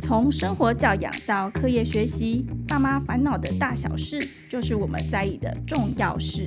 从生活教养到课业学习，爸妈烦恼的大小事，就是我们在意的重要事。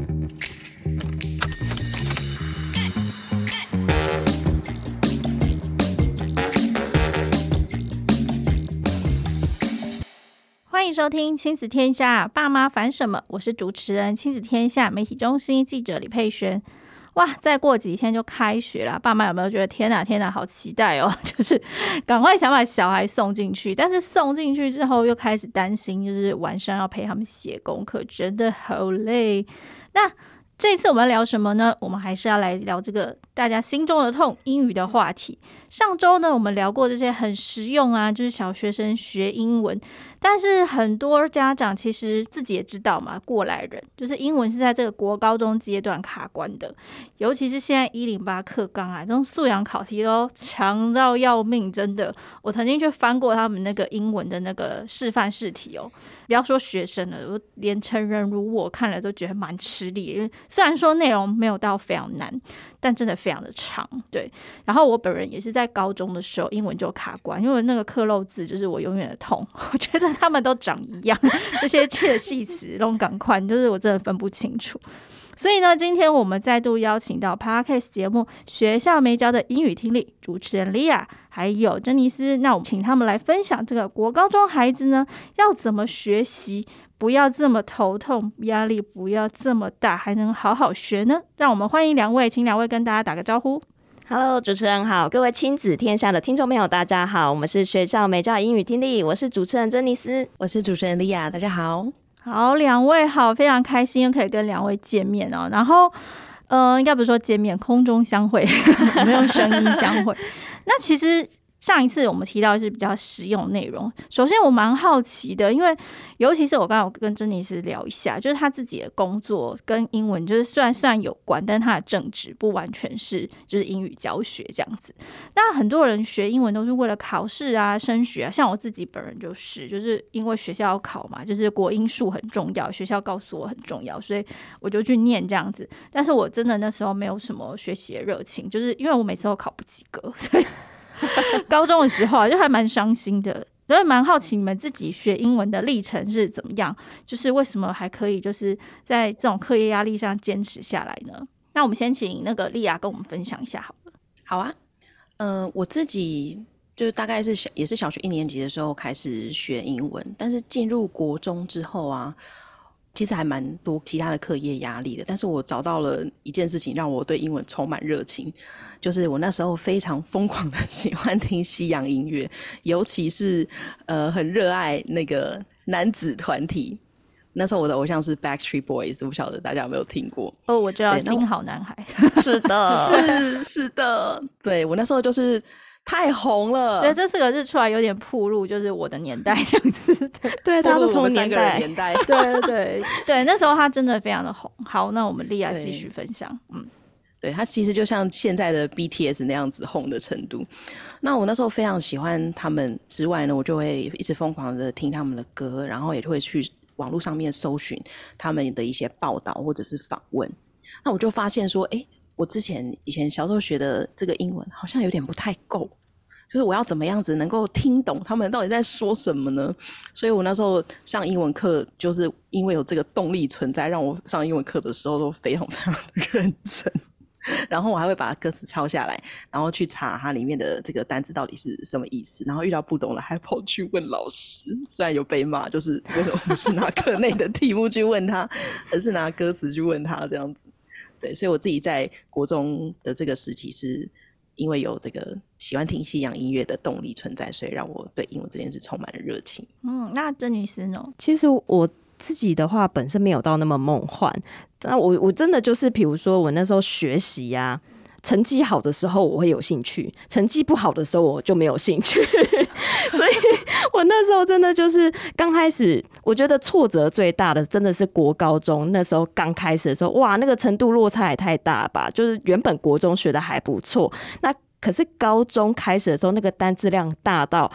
欢迎收听亲子天下，爸妈烦什么？我是主持人亲子天下媒体中心记者李佩璇。哇，再过几天就开学了，爸妈有没有觉得天哪天哪好期待哦？就是赶快想把小孩送进去，但是送进去之后又开始担心，就是晚上要陪他们写功课，真的好累。那这一次我们要聊什么呢？我们还是要来聊这个大家心中的痛——英语的话题。上周呢，我们聊过这些很实用啊，就是小学生学英文。但是很多家长其实自己也知道嘛，过来人就是英文是在这个国高中阶段卡关的，尤其是现在108课纲啊，这种素养考题都长到要命，真的。我曾经去翻过他们那个英文的那个示范试题哦，不要说学生了，我连成人如我看了都觉得蛮吃力的，因为虽然说内容没有到非常难，但真的非常的长。对，然后我本人也是在高中的时候英文就卡关，因为那个克漏字就是我永远的痛，我觉得他们都长一样，这些介系词那种赶快，就是我真的分不清楚。所以呢，今天我们再度邀请到 Podcast 节目学校没教的英语听力主持人 Lia 还有珍妮斯，那我们请他们来分享这个国高中孩子呢要怎么学习，不要这么头痛，压力不要这么大，还能好好学呢？让我们欢迎两位，请两位跟大家打个招呼。 Hello， 主持人好，各位亲子天下的听众朋友，大家好，我们是学校没教英语听力，我是主持人珍妮斯， 我是主持人莉亚，大家好。 好，两位好，非常开心可以跟两位见面哦。然后，应该不是说见面，空中相会，我们用声音相会。那其实上一次我们提到的是比较实用的内容。首先我蛮好奇的，因为尤其是我刚刚有跟珍妮斯聊一下，就是他自己的工作跟英文就是虽然有关，但他的正职不完全是就是英语教学这样子。那很多人学英文都是为了考试啊、升学啊，像我自己本人就是因为学校要考嘛，就是国英数很重要，学校告诉我很重要，所以我就去念这样子。但是我真的那时候没有什么学习的热情，就是因为我每次都考不及格，所以高中的时候就还蛮伤心的，所以蛮好奇你们自己学英文的历程是怎么样，就是为什么还可以就是在这种课业压力上坚持下来呢？那我们先请那个莉亚跟我们分享一下好了。 好啊，我自己就是大概是也是小学1年级的时候开始学英文，但是进入国中之后啊，其实还蛮多其他的课业压力的，但是我找到了一件事情让我对英文充满热情，就是我那时候非常疯狂的喜欢听西洋音乐，尤其是很热爱那个男子团体。那时候我的偶像是 Backstreet Boys， 我不晓得大家有没有听过。 哦，我知道，新好男孩。 是的， 是的，对，我那时候就是太红了。 对，这4个字出来有点暴露，就是我的年代这样子。 对，大家都同年代。 对，那时候他真的非常的红。好，那我们莉亚继续分享。 对，他其实就像现在的 BTS 那样子红的程度。那我那时候非常喜欢他们之外呢，我就会一直疯狂的听他们的歌，然后也会去网络上面搜寻他们的一些报道或者是访问。那我就发现说，我以前小时候学的这个英文好像有点不太够，就是我要怎么样子能够听懂他们到底在说什么呢？所以我那时候上英文课就是因为有这个动力存在，让我上英文课的时候都非常非常的认真。然后我还会把歌词抄下来，然后去查它里面的这个单字到底是什么意思，然后遇到不懂了还跑去问老师，虽然有被骂，就是为什么不是拿课内的题目去问他，而是拿歌词去问他这样子。对，所以我自己在国中的这个时期是因为有这个喜欢听西洋音乐的动力存在，所以让我对英文这件事充满了热情。 那珍妮斯呢？ 其实我自己的话本身没有到那么梦幻，那我真的就是比如说我那时候学习啊，成绩好的时候我会有兴趣，成绩不好的时候我就没有兴趣所以我那时候真的就是刚开始我觉得挫折最大的真的是国高中，那时候刚开始的时候，哇，那个程度落差也太大吧，就是原本国中学的还不错，那可是高中开始的时候那个单字量大到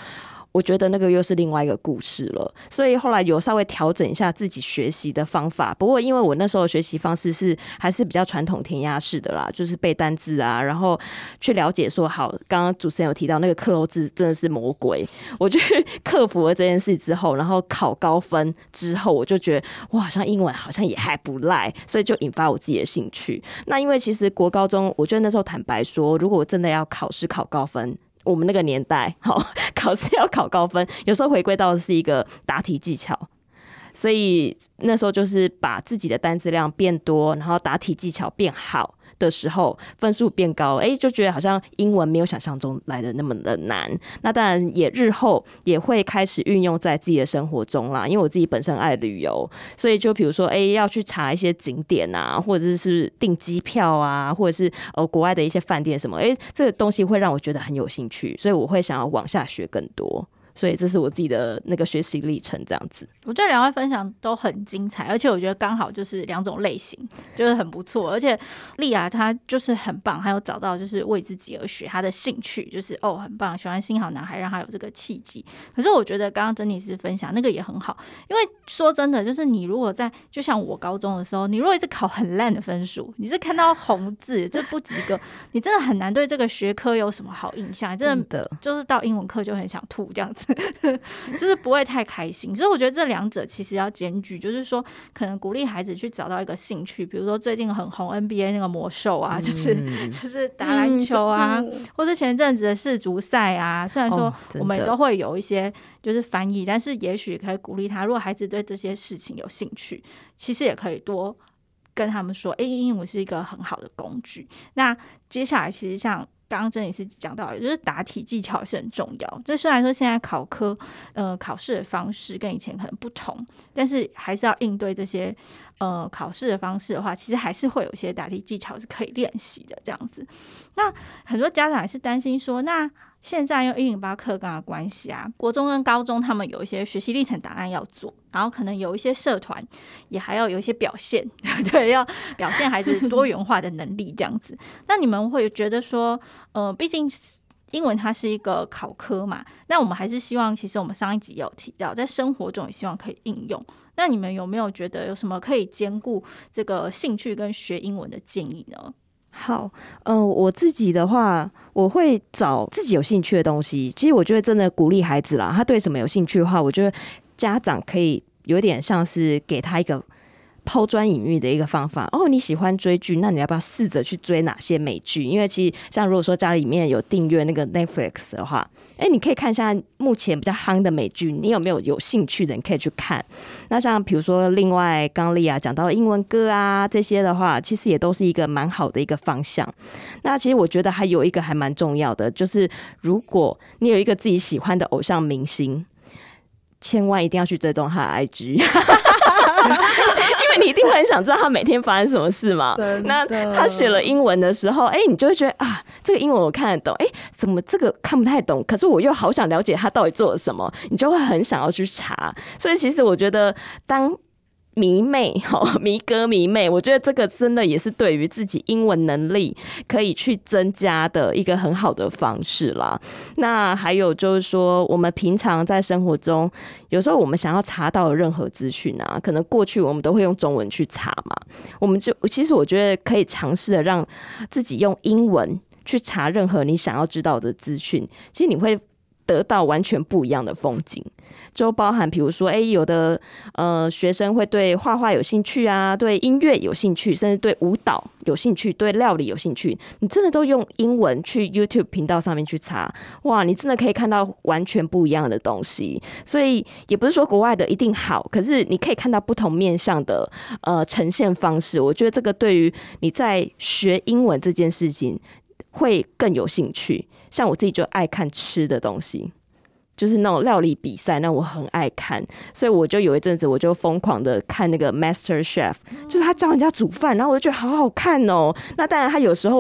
我觉得那个又是另外一个故事了，所以后来有稍微调整一下自己学习的方法。不过因为我那时候的学习方式还是比较传统填鸭式的啦，就是背单字啊，然后去了解说，好，刚刚主持人有提到那个克漏字真的是魔鬼，我就克服了这件事之后，然后考高分之后，我就觉得哇，好像英文好像也还不赖，所以就引发我自己的兴趣。那因为其实国高中，我觉得那时候坦白说，如果我真的要考试考高分，我们那个年代，考试要考高分，有时候回归到的是一个答题技巧，所以那时候就是把自己的单字量变多，然后答题技巧变好的时候，分数变高，就觉得好像英文没有想象中来的那么的难。那当然也日后也会开始运用在自己的生活中啦，因为我自己本身爱旅游，所以就比如说要去查一些景点啊，或者是订机票啊，或者是国外的一些饭店什么，这个东西会让我觉得很有兴趣，所以我会想要往下学更多。所以这是我自己的那个学习历程，这样子。 我觉得两位分享都很精彩，而且我觉得刚好就是两种类型，就是很不错。而且丽雅她就是很棒，还有找到就是为自己而学，她的兴趣就是很棒，喜欢新好男孩，让她有这个契机。可是我觉得刚刚珍妮斯分享那个也很好，因为说真的，就是你如果就像我高中的时候，你如果一直考很烂的分数，你是看到红字就不及格，你真的很难对这个学科有什么好印象，真的就是到英文课就很想吐这样子。就是不会太开心，所以我觉得这两者其实要兼具，就是说可能鼓励孩子去找到一个兴趣，比如说最近很红 NBA 那个魔兽啊，就是打篮球啊，或者前阵子的世足赛啊，虽然说我们也都会有一些就是翻译，但是也许可以鼓励他，如果孩子对这些事情有兴趣，其实也可以多跟他们说，英文是一个很好的工具。那接下来其实像刚刚珍妮斯讲到的，就是答题技巧是很重要。就虽然说现在考科考试的方式跟以前可能不同，但是还是要应对这些考试的方式的话，其实还是会有一些答题技巧是可以练习的这样子。那很多家长还是担心说，那现在用108课纲的关系啊，国中跟高中他们有一些学习历程档案要做，然后可能有一些社团也还要有一些表现对，要表现孩子多元化的能力这样子。那你们会觉得说毕竟英文它是一个考科嘛，那我们还是希望，其实我们上一集有提到在生活中也希望可以应用，那你们有没有觉得有什么可以兼顾这个兴趣跟学英文的建议呢？ 好，我自己的话，我会找自己有兴趣的东西。其实我觉得真的鼓励孩子啦，他对什么有兴趣的话，我觉得家长可以有点像是给他一个抛砖引玉的一个方法。你喜欢追剧，那你要不要试着去追哪些美剧？因为其实像如果说家里面有订阅那个 Netflix 的话，你可以看一下目前比较夯的美剧，你有没有兴趣的，你可以去看。那像比如说另外刚丽雅讲到英文歌啊这些的话，其实也都是一个蛮好的一个方向。那其实我觉得还有一个还蛮重要的，就是如果你有一个自己喜欢的偶像明星，千万一定要去追踪他的 IG 因为你一定会很想知道他每天发生什么事嘛。那他学了英文的时候，你就会觉得啊，这个英文我看得懂，怎么这个看不太懂，可是我又好想了解他到底做了什么，你就会很想要去查。所以其实我觉得当迷妹迷哥迷妹，我觉得这个真的也是对于自己英文能力可以去增加的一个很好的方式啦。那还有就是说，我们平常在生活中，有时候我们想要查到的任何资讯啊，可能过去我们都会用中文去查嘛，我们就其实我觉得可以尝试的让自己用英文去查任何你想要知道的资讯，其实你会得到完全不一样的风景。就包含比如说有的学生会对画画有兴趣啊，对音乐有兴趣，甚至对舞蹈有兴趣，对料理有兴趣，你真的都用英文去 YouTube 频道上面去查，哇，你真的可以看到完全不一样的东西。所以也不是说国外的一定好，可是你可以看到不同面向的呈现方式，我觉得这个对于你在学英文这件事情会更有兴趣。像我自己就爱看吃的东西，就是那种料理比赛，那我很爱看，所以我就有一阵子我就疯狂的看那个 Master Chef， 就是他教人家煮饭，然后我就觉得好好看哦。那当然他有时候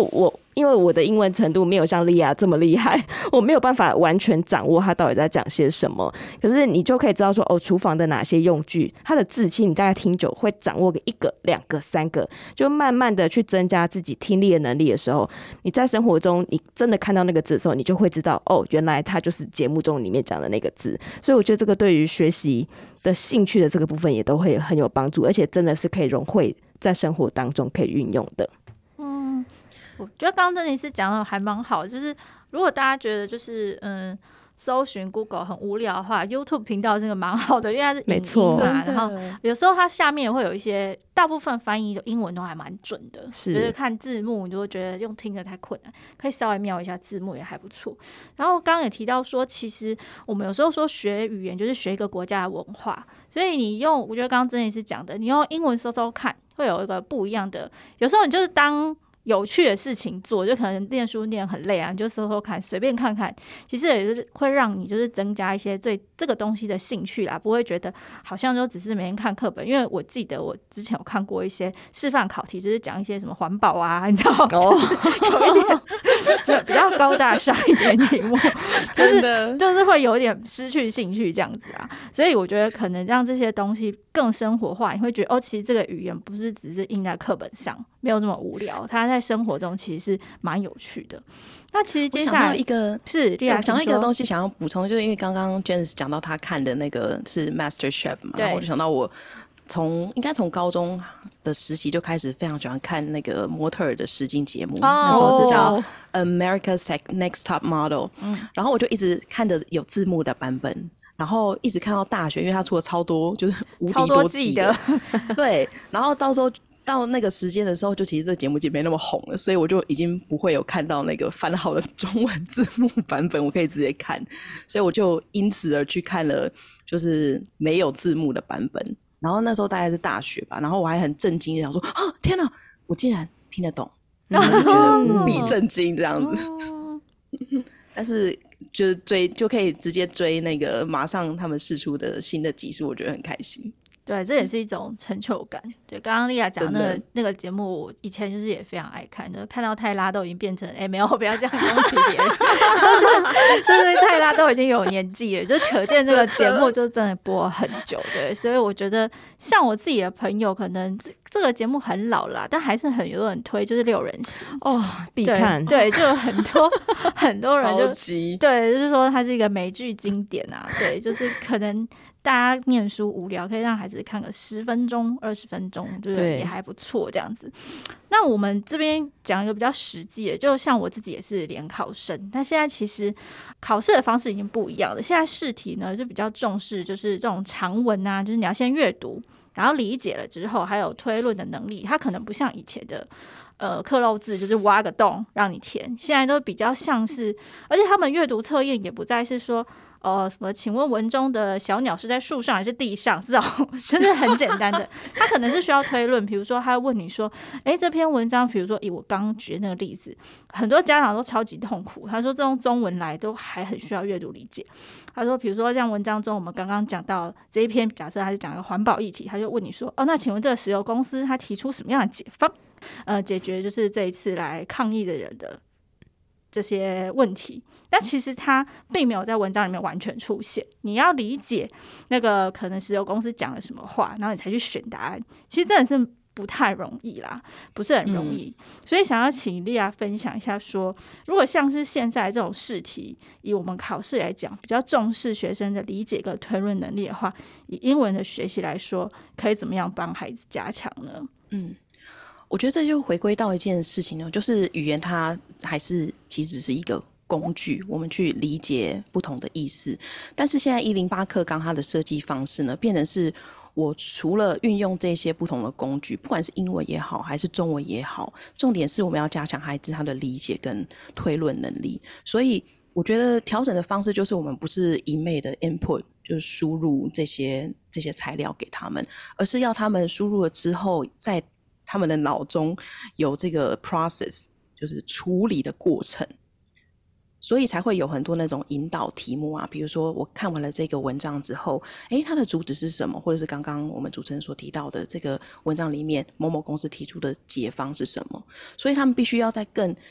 因为我的英文程度没有像莉亚这么厉害，我没有办法完全掌握他到底在讲些什么。可是你就可以知道说，厨房的哪些用具，它的字期你大概听久会掌握个1个、2个、3个，就慢慢的去增加自己听力的能力的时候，你在生活中你真的看到那个字的时候，你就会知道原来它就是节目中里面讲的那个字。所以我觉得这个对于学习的兴趣的这个部分也都会很有帮助，而且真的是可以融会在生活当中可以运用的。 我觉得刚刚珍妮斯讲的还蛮好，就是如果大家觉得就是搜寻 Google 很无聊的话， YouTube 频道这个蛮好的，因为它是影音嘛，然后有时候它下面也会有一些大部分翻译的英文都还蛮准的，就是看字幕你就会觉得用听的太困难，可以稍微瞄一下字幕也还不错。然后刚刚也提到说，其实我们有时候说学语言就是学一个国家的文化，所以你用，我觉得刚刚珍妮斯讲的，你用英文搜搜看会有一个不一样的，有时候你就是当有趣的事情做，就可能念书念很累啊，你就搜搜看，随便看看，其实也就是会让你就是增加一些对这个东西的兴趣啦，不会觉得好像就只是每天看课本。因为我记得我之前有看过一些示范考题，就是讲一些什么环保啊，你知道吗？就是有一点比较高大上一点题目，就是会有点失去兴趣这样子啊。所以我觉得可能让这些东西更生活化，你会觉得其实这个语言不是只是印在课本上，没有那么无聊，它在生活中其实是蛮有趣的。那其实接下来我想到一个想到一个东西想要补充，就是因为刚刚 Janice 讲到他看的那个是 Master Chef 嘛，然后我就想到我应该从高中的实习就开始非常喜欢看那个模特儿的实境节目，那时候是叫 America's Next Top Model，然后我就一直看的有字幕的版本，然后一直看到大学，因为他出了超多就是无敌多季的对，然后到时候到那个时间的时候，就其实这个节目已经没那么红了，所以我就已经不会有看到那个翻好的中文字幕版本，我可以直接看，所以我就因此而去看了就是没有字幕的版本。然后那时候大概是大学吧，然后我还很震惊的想说天哪，我竟然听得懂，然后就觉得无比震惊这样子但是就可以直接追那个马上他们释出的新的集数，我觉得很开心。 对，这也是一种成就感。对，刚刚莉亚讲那个节目，我以前就是也非常爱看，就看到泰拉都已经变成没有，不要这样攻击别人就是泰拉都已经有年纪了，就可见这个节目就真的播很久。对，所以我觉得像我自己的朋友，可能这个节目很老了啦，但还是很多人推，就是6人行必看。 对，就有很多人就对， 就是说它是一个美剧经典啊。对，就是可能大家念书无聊，可以让孩子看个10分钟、20分钟，对，也还不错这样子。那我们这边讲一个比较实际的，就像我自己也是联考生，但现在其实考试的方式已经不一样了。现在试题呢就比较重视就是这种长文啊，就是你要先阅读，然后理解了之后，还有推论的能力，它可能不像以前的克漏字，就是挖个洞让你填，现在都比较像是，而且他们阅读测验也不再是说什么请问文中的小鸟是在树上还是地上，这种就是很简单的他可能是需要推论，比如说他会问你说这篇文章，比如说以我刚刚举那个例子，很多家长都超级痛苦，他说这种中文来都还很需要阅读理解。他说比如说像文章中我们刚刚讲到这一篇，假设他是讲一个环保议题，他就问你说那请问这个石油公司他提出什么样的解方解决就是这一次来抗议的人的这些问题，但其实它并没有在文章里面完全出现，你要理解那个可能石油公司讲了什么话，然后你才去选答案，其实真的是不太容易啦，不是很容易。所以想要请莉亚分享一下说，如果像是现在这种试题，以我们考试来讲比较重视学生的理解跟推论能力的话，以英文的学习来说，可以怎么样帮孩子加强呢？ 我觉得这就回归到一件事情呢，就是语言它还是其实是一个工具，我们去理解不同的意思。但是现在108课纲它的设计方式呢，变成是我除了运用这些不同的工具，不管是英文也好还是中文也好，重点是我们要加强孩子他的理解跟推论能力。所以我觉得调整的方式就是我们不是一昧的 input， 就是输入这些材料给他们，而是要他们输入了之后，在他们的脑中有这个 process， 就是处理的过程，所以才会有很多那种引导题目啊，比如说我看完了这个文章之后，它的主旨是什么，或者是刚刚我们主持人所提到的这个文章里面某某公司提出的解方是什么，所以他们必须要在更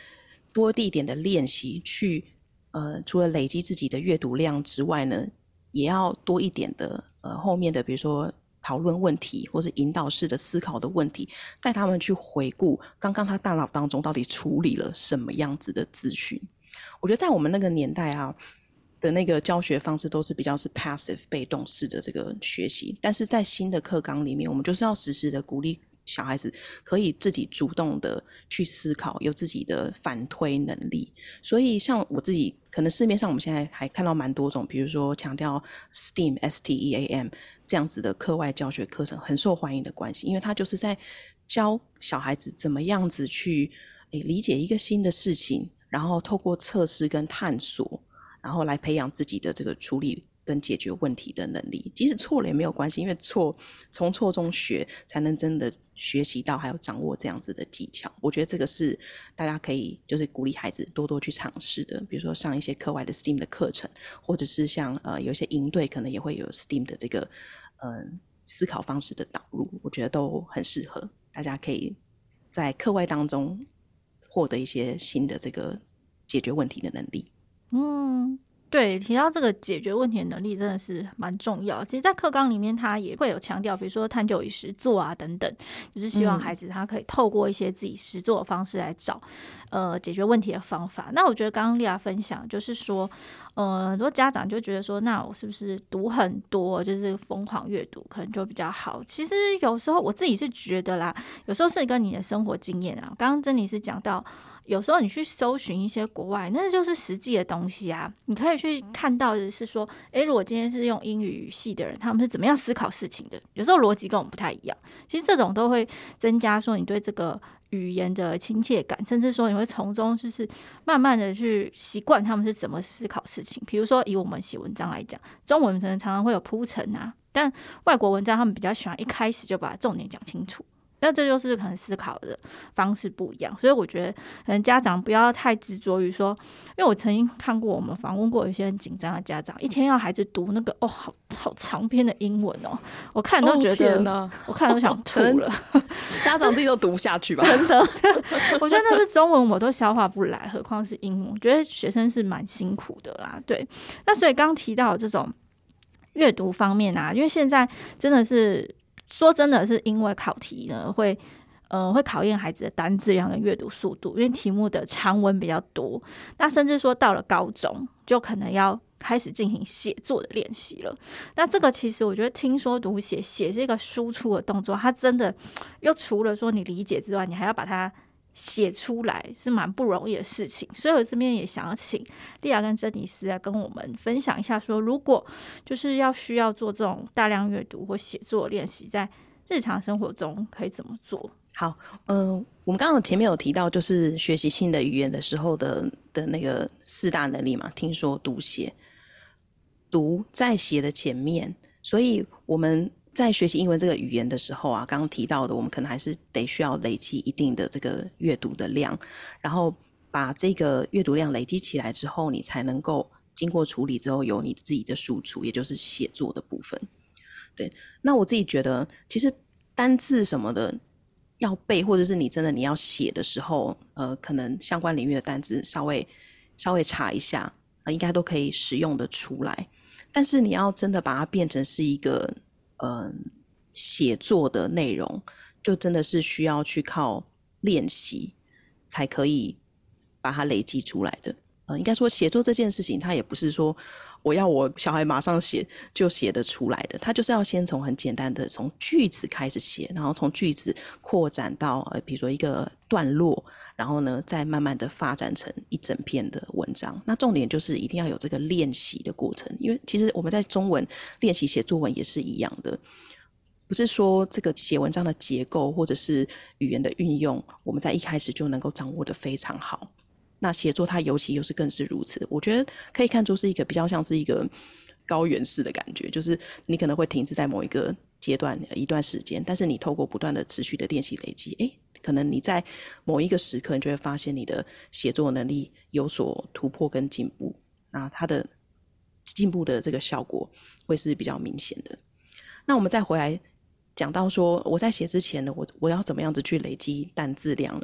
多一点的练习去除了累积自己的阅读量之外呢，也要多一点的后面的比如说讨论问题或是引导式的思考的问题，带他们去回顾刚刚他大脑当中到底处理了什么样子的资讯。我觉得在我们那个年代啊的那个教学方式都是比较是 passive 被动式的这个学习，但是在新的课纲里面，我们就是要时时的鼓励小孩子可以自己主动的去思考，有自己的反推能力。所以像我自己可能市面上我们现在还看到蛮多种，比如说强调 STEAM STEAM 这样子的课外教学课程很受欢迎的关系，因为它就是在教小孩子怎么样子去理解一个新的事情，然后透过测试跟探索，然后来培养自己的这个处理跟解决问题的能力。即使错了也没有关系，因为从错中学才能真的学习到还有掌握这样子的技巧。我觉得这个是大家可以就是鼓励孩子多多去尝试的，比如说上一些课外的 STEAM 的课程，或者是像有一些营队可能也会有 STEAM 的这个思考方式的导入，我觉得都很适合，大家可以在课外当中获得一些新的这个解决问题的能力。 对，提到这个解决问题的能力真的是蛮重要。其实在课纲里面他也会有强调，比如说探究与实作啊等等，就是希望孩子他可以透过一些自己实作的方式来找解决问题的方法。那我觉得刚刚莉亚分享就是说很多家长就觉得说，那我是不是读很多就是疯狂阅读可能就比较好。其实有时候我自己是觉得啦，有时候是跟你的生活经验啊，刚刚珍妮是讲到有时候你去搜寻一些国外，那就是实际的东西啊。你可以去看到的是说，如果今天是用英语语系的人，他们是怎么样思考事情的？有时候逻辑跟我们不太一样。其实这种都会增加说你对这个语言的亲切感，甚至说你会从中就是慢慢的去习惯他们是怎么思考事情。比如说以我们写文章来讲，中文可能常常会有铺陈啊，但外国文章他们比较喜欢一开始就把重点讲清楚。那这就是可能思考的方式不一样，所以我觉得可能家长不要太执着于说，因为我曾经看过我们访问过有些很紧张的家长，一天要孩子读那个好长篇的英文哦，我看都觉得，我看都想吐了。 家长自己都读不下去吧？ 真的，我觉得那是中文我都消化不来，何况是英文？我觉得学生是蛮辛苦的啦。对，那所以刚提到这种阅读方面啊，因为现在真的是。说真的是因为考题呢会考验孩子的单字量跟阅读速度，因为题目的长文比较多，那甚至说到了高中就可能要开始进行写作的练习了。那这个其实我觉得听说读写是一个输出的动作，它真的又除了说你理解之外，你还要把它写出来，是蛮不容易的事情。所以我这边也想要请莉亚跟珍妮斯来跟我们分享一下说，如果就是需要做这种大量阅读或写作练习，在日常生活中可以怎么做？ 好，我们刚刚前面有提到，就是学习新的语言的时候的那个4大能力嘛，听说读写，读在写的前面，所以我们在学习英文这个语言的时候啊，刚刚提到的，我们可能还是需要累积一定的这个阅读的量，然后把这个阅读量累积起来之后，你才能够经过处理之后有你自己的输出，也就是写作的部分。对，那我自己觉得，其实单字什么的要背，或者是你要写的时候，可能相关领域的单字稍微查一下，应该都可以使用的出来。但是你要真的把它变成是一个写作的内容，就真的是需要去靠练习才可以把它累积出来的。应该说写作这件事情，它也不是说我小孩马上写就写得出来的，它就是要先从很简单的从句子开始写，然后从句子扩展到比如说一个段落，然后呢再慢慢的发展成一整篇的文章。那重点就是一定要有这个练习的过程，因为其实我们在中文练习写作文也是一样的，不是说这个写文章的结构或者是语言的运用，我们在一开始就能够掌握得非常好。那写作它尤其又是更是如此，我觉得可以看作是一个比较像是一个高原式的感觉，就是你可能会停滞在某一个阶段一段时间，但是你透过不断的持续的练习累积，可能你在某一个时刻你就会发现你的写作能力有所突破跟进步，那它的进步的这个效果会是比较明显的。那我们再回来讲到说我在写之前呢，我要怎么样子去累积单字量呢？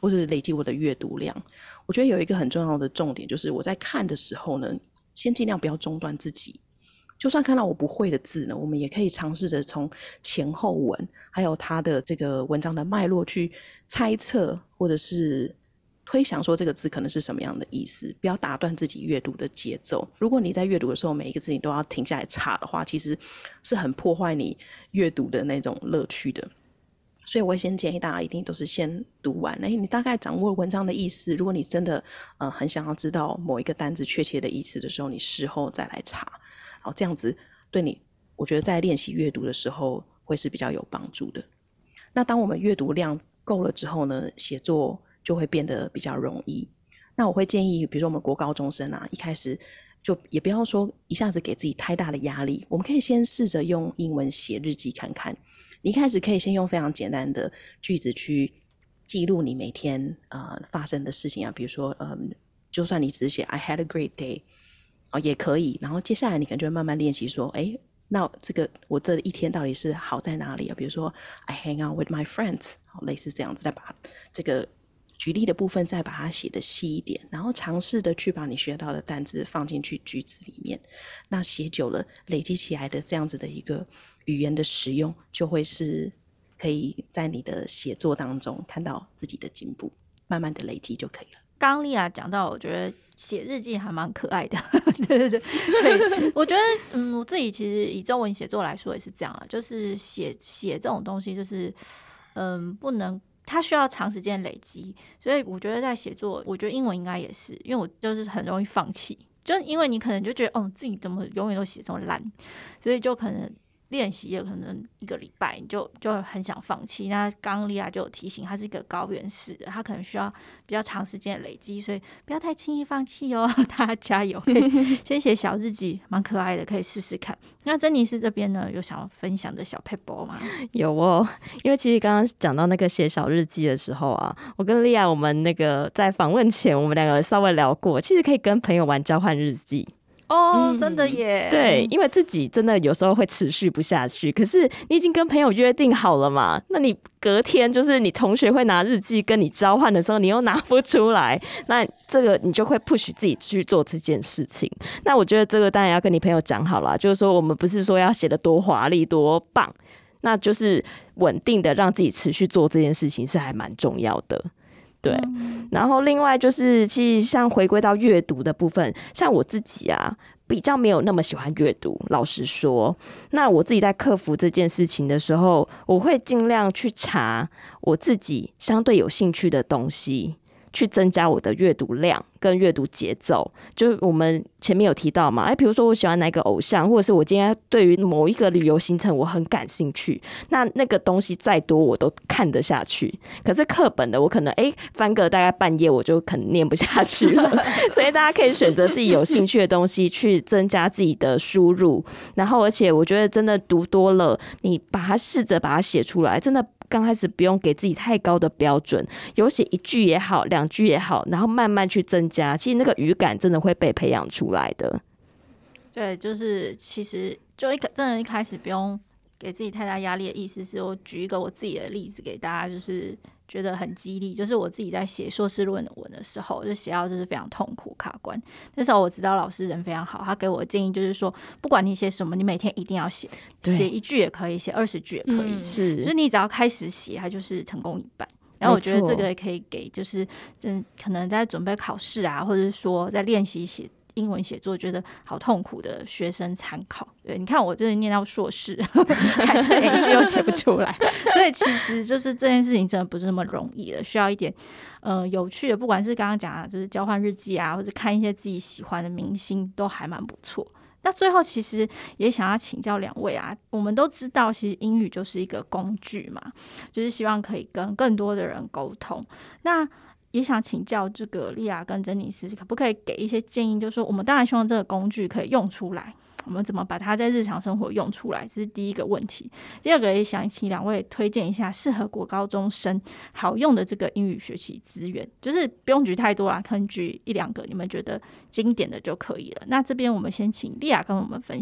或是累积我的阅读量。我觉得有一个很重要的重点，就是我在看的时候呢，先尽量不要中断自己。就算看到我不会的字呢，我们也可以尝试着从前后文还有它的这个文章的脉络去猜测或者是推想说这个字可能是什么样的意思，不要打断自己阅读的节奏。如果你在阅读的时候每一个字你都要停下来查的话，其实是很破坏你阅读的那种乐趣的。所以我会先建议大家一定都是先读完，你大概掌握文章的意思，如果你真的很想要知道某一个单字确切的意思的时候，你事后再来查，好，这样子对你，我觉得在练习阅读的时候会是比较有帮助的。那当我们阅读量够了之后呢，写作就会变得比较容易。那我会建议比如说我们国高中生啊，一开始就也不要说一下子给自己太大的压力，我们可以先试着用英文写日记看看。你一开始可以先用非常简单的句子去记录你每天发生的事情啊，比如说就算你只是写 I had a great day 也可以。然后接下来你可能就会慢慢练习说，那我这一天到底是好在哪里啊？比如说 I hang out with my friends， 类似这样子，再把这个举例的部分再把它写得细一点，然后尝试的去把你学到的单字放进去句子里面。那写久了累积起来的这样子的一个语言的使用，就会是可以在你的写作当中看到自己的进步，慢慢的累积就可以了。 刚刚莉亚讲到，我觉得写日记还蛮可爱的对对对对，我觉得我自己其实以中文写作来说也是这样啊，就是写这种东西就是不能，它需要长时间累积，所以我觉得在写作，我觉得英文应该也是，因为我就是很容易放弃，就因为你可能就觉得自己怎么永远都写这么烂，所以就可能练习也可能1个礼拜你就很想放弃。那刚刚莉亚就有提醒，它是一个高原式的，它可能需要比较长时间的累积，所以不要太轻易放弃哦，大家加油！可以先写小日记，蛮可爱的，可以试试看。那珍妮斯这边呢，有想要分享的小撇步吗？ 有哦，因为其实刚刚讲到那个写小日记的时候啊，我跟莉亚我们那个在访问前，我们两个稍微聊过，其实可以跟朋友玩交换日记。 真的耶。 对，因为自己真的有时候会持续不下去，可是你已经跟朋友约定好了嘛，那你隔天就是你同学会拿日记跟你交换的时候，你又拿不出来，那这个你就会 push 自己去做这件事情。那我觉得这个当然要跟你朋友讲好了，就是说我们不是说要写得多华丽多棒，那就是稳定的让自己持续做这件事情是还蛮重要的。对，然后另外就是其实像回归到阅读的部分，像我自己啊比较没有那么喜欢阅读，老实说，那我自己在克服这件事情的时候，我会尽量去查我自己相对有兴趣的东西，去增加我的阅读量跟阅读节奏。就我们前面有提到嘛，比如说我喜欢哪个偶像，或者是我今天对于某一个旅游行程我很感兴趣，那个东西再多我都看得下去。可是课本的我可能翻个大概半页我就可能念不下去了所以大家可以选择自己有兴趣的东西去增加自己的输入，然后而且我觉得真的读多了，你试着把它写出来，真的刚开始不用给自己太高的标准，有写1句也好2句也好，然后慢慢去增加，其实那个语感真的会被培养出来的。 对，就是其实就真的一开始不用给自己太大压力的意思是，我举一个我自己的例子给大家，就是觉得很激励。就是我自己在写硕士论文的时候，就写到就是非常痛苦卡关。那时候我知道老师人非常好，他给我的建议就是说，不管你写什么，你每天一定要写，写1句也可以，写20句也可以，就是你只要开始写，它就是成功一半。然后我觉得这个可以给就是可能在准备考试啊，或者说在练习写英文写作觉得好痛苦的学生参考。对，你看我真的念到硕士还是连1句都写不出来所以其实就是这件事情真的不是那么容易的，需要一点有趣的，不管是刚刚讲的就是交换日记啊，或者看一些自己喜欢的明星都还蛮不错。那最后其实也想要请教2位啊，我们都知道其实英语就是一个工具嘛，就是希望可以跟更多的人沟通。那也想请教这个莉亚跟珍妮斯，可不可以给一些建议，就是说我们当然希望这个工具可以用出来，我们怎么把它在日常生活用出来，这是第一个问题。第二个也想请2位推荐一下适合国高中生好用的这个英语学习资源，就是不用举太多啦，可能举1-2个你们觉得经典的就可以了。那这边我们先请莉亚跟我们分享。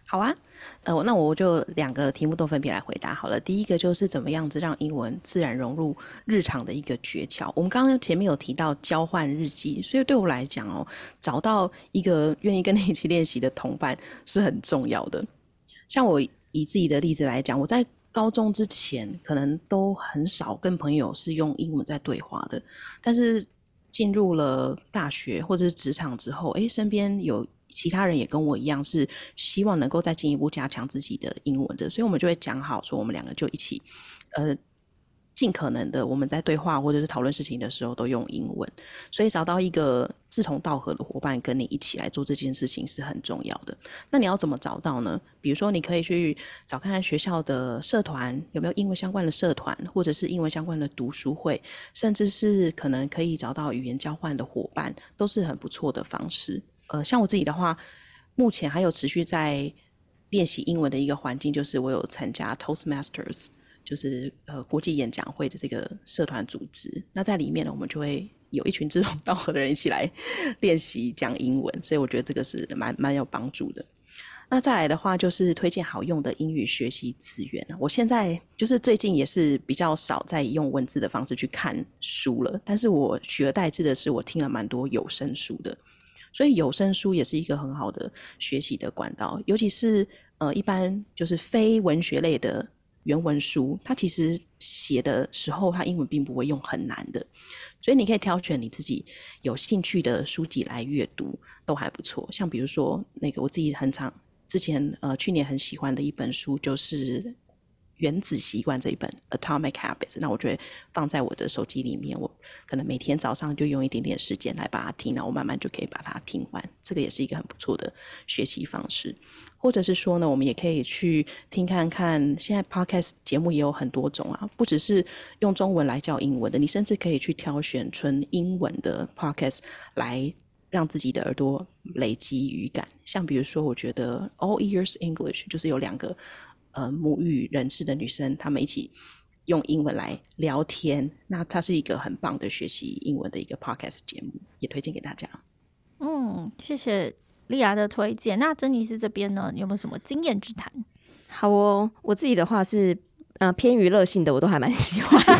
好啊，那我就2个题目都分别来回答好了。第一个就是怎么样子让英文自然融入日常的一个诀窍。我们刚刚前面有提到交换日记，所以对我来讲找到一个愿意跟你一起练习的同伴是很重要的。像我以自己的例子来讲，我在高中之前可能都很少跟朋友是用英文在对话的，但是进入了大学或者是职场之后，身边有其他人也跟我一样是希望能够再进一步加强自己的英文的，所以我们就会讲好说我们2个就一起尽可能的我们在对话或者是讨论事情的时候都用英文，所以找到一个志同道合的伙伴跟你一起来做这件事情是很重要的。那你要怎么找到呢？比如说你可以去找看看学校的社团有没有英文相关的社团，或者是英文相关的读书会，甚至是可能可以找到语言交换的伙伴，都是很不错的方式。像我自己的话，目前还有持续在练习英文的一个环境，就是我有参加 Toastmasters， 就是国际演讲会的这个社团组织。那在里面呢，我们就会有一群志同道合的人一起来练习讲英文，所以我觉得这个是蛮有帮助的。那再来的话，就是推荐好用的英语学习资源。我现在就是最近也是比较少在用文字的方式去看书了，但是我取而代之的是我听了蛮多有声书的。所以有声书也是一个很好的学习的管道，尤其是一般就是非文学类的原文书，它其实写的时候它英文并不会用很难的，所以你可以挑选你自己有兴趣的书籍来阅读都还不错。像比如说那个我自己之前去年很喜欢的一本书就是原子习惯这一本 Atomic Habits， 那我就会放在我的手机里面，我可能每天早上就用一点点时间来把它听，然后我慢慢就可以把它听完，这个也是一个很不错的学习方式。或者是说呢，我们也可以去听看看，现在 podcast 节目也有很多种啊，不只是用中文来教英文的，你甚至可以去挑选纯英文的 podcast 来让自己的耳朵累积语感。像比如说我觉得 All Ears English 就是有2个母语人士的女生，她们一起用英文来聊天，那它是一个很棒的学习英文的一个 podcast 节目，也推荐给大家。 谢谢莉亚的推荐。那珍妮斯这边呢，你有没有什么经验之谈？ 好哦，我自己的话是偏娱乐性的，我都还蛮喜欢的。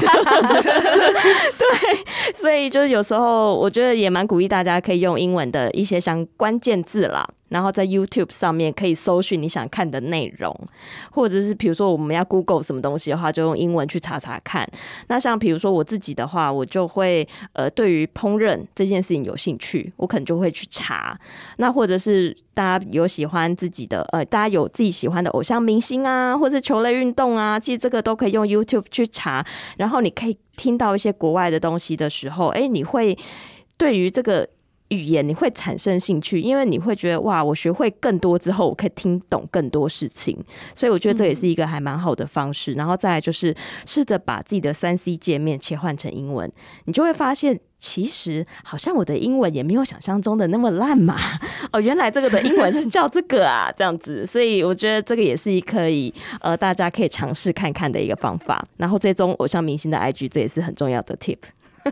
对，所以就是有时候我觉得也蛮鼓励大家可以用英文的一些相关键字啦，然后在 YouTube 上面可以搜寻你想看的内容，或者是比如说我们要 Google 什么东西的话，就用英文去查查看。那像比如说我自己的话，我就会对于烹饪这件事情有兴趣，我可能就会去查。那或者是大家有喜欢自己的大家有自己喜欢的偶像明星啊，或是球类运动啊，其实这个都可以用 YouTube 去查，然后你可以听到一些国外的东西的时候，你会对于这个语言你会产生兴趣，因为你会觉得哇，我学会更多之后，我可以听懂更多事情，所以我觉得这也是一个还蛮好的方式。然后再来就是试着把自己的3C 界面切换成英文，你就会发现其实好像我的英文也没有想象中的那么烂嘛。原来这个的英文是叫这个啊，这样子，所以我觉得这个也是可以大家可以尝试看看的一个方法。然后追踪偶像明星的 IG， 这也是很重要的 tip。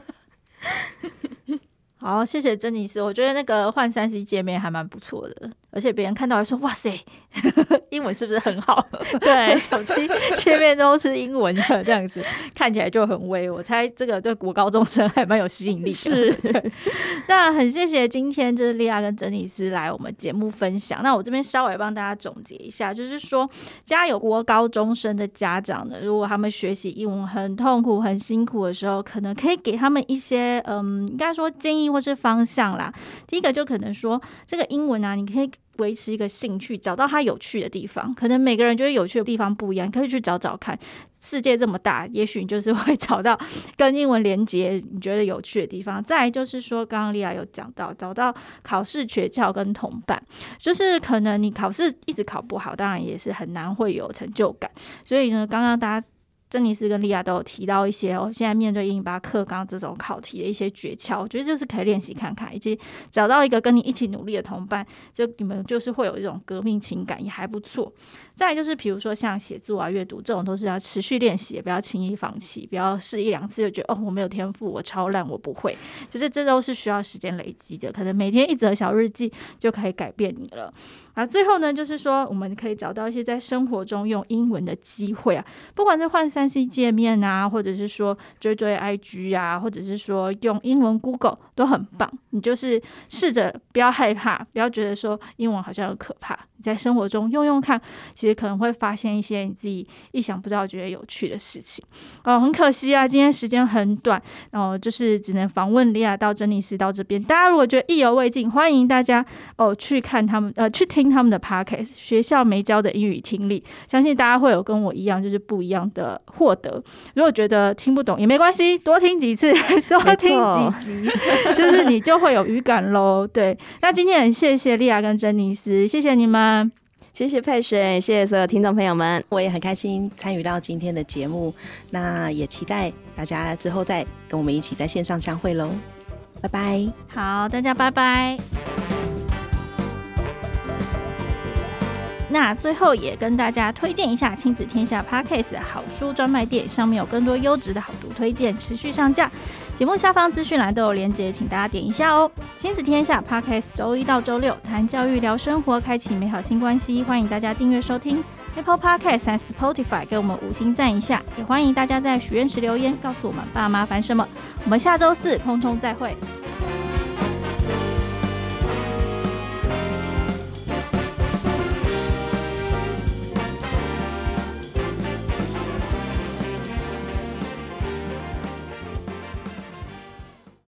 好，谢谢珍妮斯。我觉得那个换3C 界面还蛮不错的，而且别人看到还说哇塞，英文是不是很好？对，手机界面都是英文的，这样子看起来就很威。我猜这个对国高中生还蛮有吸引力的。 是， 那很谢谢今天就是莉亚跟珍妮斯来我们节目分享。那我这边稍微帮大家总结一下，就是说，家有国高中生的家长呢，如果他们学习英文很痛苦、很辛苦的时候，可能可以给他们一些应该说建议或是方向啦。第一个就可能说，这个英文啊，你可以维持一个兴趣，找到它有趣的地方。可能每个人觉得有趣的地方不一样，你可以去找找看。世界这么大，也许你就是会找到跟英文连结你觉得有趣的地方。再来就是说，刚刚莉亚有讲到，找到考试诀窍跟同伴，就是可能你考试一直考不好，当然也是很难会有成就感。所以呢，刚刚大家珍妮斯跟莉亚都有提到一些现在面对108课纲这种考题的一些诀窍，我觉得就是可以练习看看，以及找到一个跟你一起努力的同伴，就你们就是会有一种革命情感，也还不错。再来就是比如说像写作啊、阅读这种都是要持续练习，也不要轻易放弃，不要试1-2次就觉得我没有天赋，我超烂，我不会，就是这都是需要时间累积的，可能每天1则小日记就可以改变你了。最后呢，就是说我们可以找到一些在生活中用英文的机会啊，不管是换3C 界面啊，或者是说追 IG 啊，或者是说用英文 Google 都很棒。你就是试着不要害怕，不要觉得说英文好像很可怕，你在生活中用用看，其实可能会发现一些你自己意想不到觉得有趣的事情。很可惜啊，今天时间很短，就是只能访问莉亚到珍妮斯到这边。大家如果觉得意犹未尽，欢迎大家去看他们去听他们的 podcast 学校没教的英语听力，相信大家会有跟我一样就是不一样的获得。如果觉得听不懂也没关系，多听几次，多听几集，就是你就会有语感咯。对，那今天很谢谢莉亚跟珍妮斯，谢谢你们。 谢谢佩璇，谢谢所有听众朋友们， 我也很开心参与到今天的节目，那也期待大家之后再跟我们一起在线上相会咯。拜拜。 好，大家拜拜。那最后也跟大家推荐一下亲子天下 Podcast 好书专卖店，上面有更多优质的好读推荐持续上架，节目下方资讯栏都有连结，请大家点一下哦。亲子天下 Podcast 周1到周6谈教育聊生活，开启美好新关系，欢迎大家订阅收听 Apple Podcast 和 Spotify， 给我们5星赞一下，也欢迎大家在许愿池留言告诉我们爸妈烦什么。我们下周4空中再会。